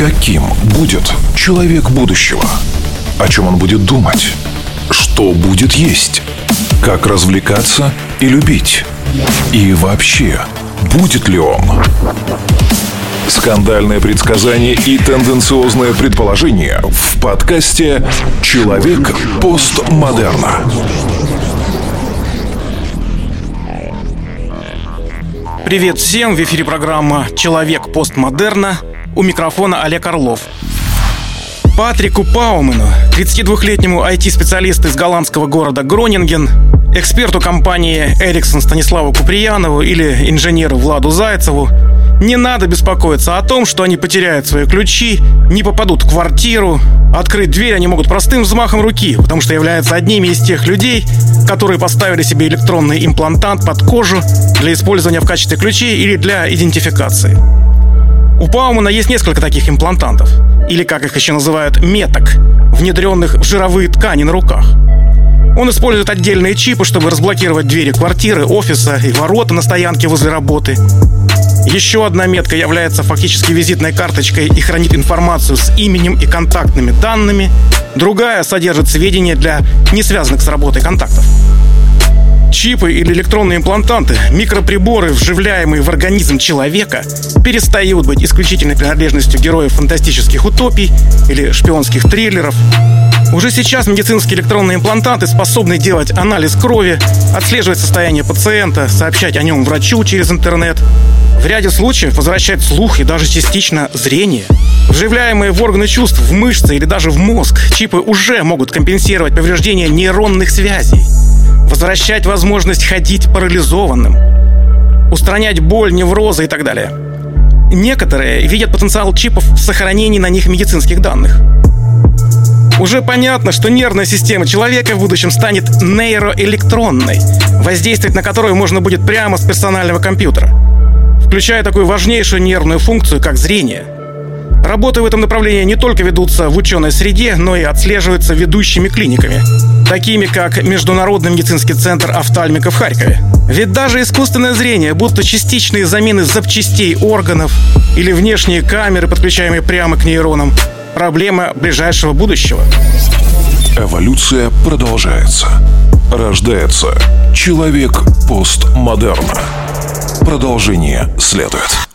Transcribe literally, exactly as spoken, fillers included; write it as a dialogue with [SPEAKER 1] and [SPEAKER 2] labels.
[SPEAKER 1] Каким будет человек будущего? О чем он будет думать? Что будет есть? Как развлекаться и любить? И вообще, будет ли он? Скандальное предсказание и тенденциозное предположение в подкасте «Человек постмодерна».
[SPEAKER 2] Привет всем! В эфире программа «Человек постмодерна». У микрофона Олег Орлов. Патрику Паумену, тридцатидвухлетнему ай ти-специалисту из голландского города Гронинген, эксперту компании Ericsson Станиславу Куприянову или инженеру Владу Зайцеву, не надо беспокоиться о том, что они потеряют свои ключи, не попадут в квартиру. Открыть дверь они могут простым взмахом руки, потому что являются одними из тех людей, которые поставили себе электронный имплантант под кожу для использования в качестве ключей или для идентификации. У Паумена есть несколько таких имплантантов, или, как их еще называют, меток, внедренных в жировые ткани на руках. Он использует отдельные чипы, чтобы разблокировать двери квартиры, офиса и ворота на стоянке возле работы. Еще одна метка является фактически визитной карточкой и хранит информацию с именем и контактными данными. Другая содержит сведения для не связанных с работой контактов. Чипы или электронные имплантанты, микроприборы, вживляемые в организм человека, перестают быть исключительной принадлежностью героев фантастических утопий или шпионских триллеров. Уже сейчас медицинские электронные имплантанты способны делать анализ крови, отслеживать состояние пациента, сообщать о нем врачу через интернет. В ряде случаев возвращать слух и даже частично зрение. Вживляемые в органы чувств, в мышцы или даже в мозг, чипы уже могут компенсировать повреждения нейронных связей, возвращать возможность ходить парализованным, устранять боль, неврозы и так далее. Некоторые видят потенциал чипов в сохранении на них медицинских данных. Уже понятно, что нервная система человека в будущем станет нейроэлектронной, воздействовать на которую можно будет прямо с персонального компьютера, включая такую важнейшую нервную функцию, как зрение. Работы в этом направлении не только ведутся в ученой среде, но и отслеживаются ведущими клиниками, такими как Международный медицинский центр офтальмика в Харькове. Ведь даже искусственное зрение, будто частичные замены запчастей органов или внешние камеры, подключаемые прямо к нейронам, проблема ближайшего будущего.
[SPEAKER 1] Эволюция продолжается. Рождается человек постмодерна. Продолжение следует.